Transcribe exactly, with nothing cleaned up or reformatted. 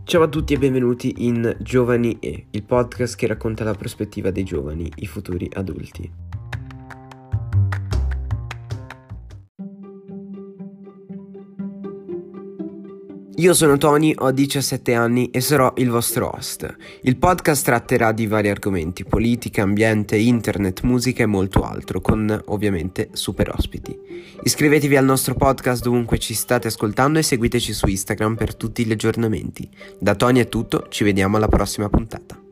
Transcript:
Ciao a tutti e benvenuti in Giovani E, il podcast che racconta la prospettiva dei giovani, i futuri adulti. Io sono Tony, ho diciassette anni e sarò il vostro host. Il podcast tratterà di vari argomenti: politica, ambiente, internet, musica e molto altro, con ovviamente super ospiti. Iscrivetevi al nostro podcast dovunque ci state ascoltando e seguiteci su Instagram per tutti gli aggiornamenti. Da Tony è tutto, ci vediamo alla prossima puntata.